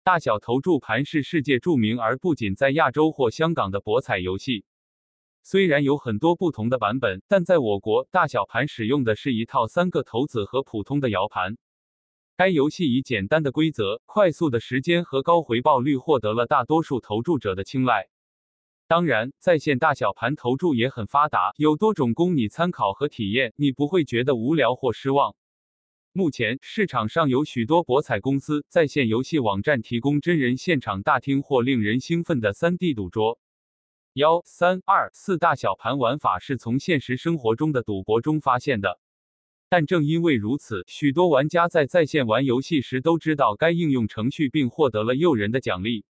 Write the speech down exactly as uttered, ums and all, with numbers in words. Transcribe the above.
大小投注盘是世界著名而不仅在亚洲或香港的博彩游戏。虽然有很多不同的版本，但在我国，大小盘使用的是一套三个骰子和普通的摇盘。该游戏以简单的规则、快速的时间和高回报率获得了大多数投注者的青睐。当然，在线大小盘投注也很发达，有多种供你参考和体验，你不会觉得无聊或失望。目前，市场上有许多博彩公司在线游戏网站提供真人现场大厅或令人兴奋的 三 D 赌桌。一、三、二、四大小盘玩法是从现实生活中的赌博中发现的。但正因为如此，许多玩家在在线玩游戏时都知道该应用程序并获得了诱人的奖励。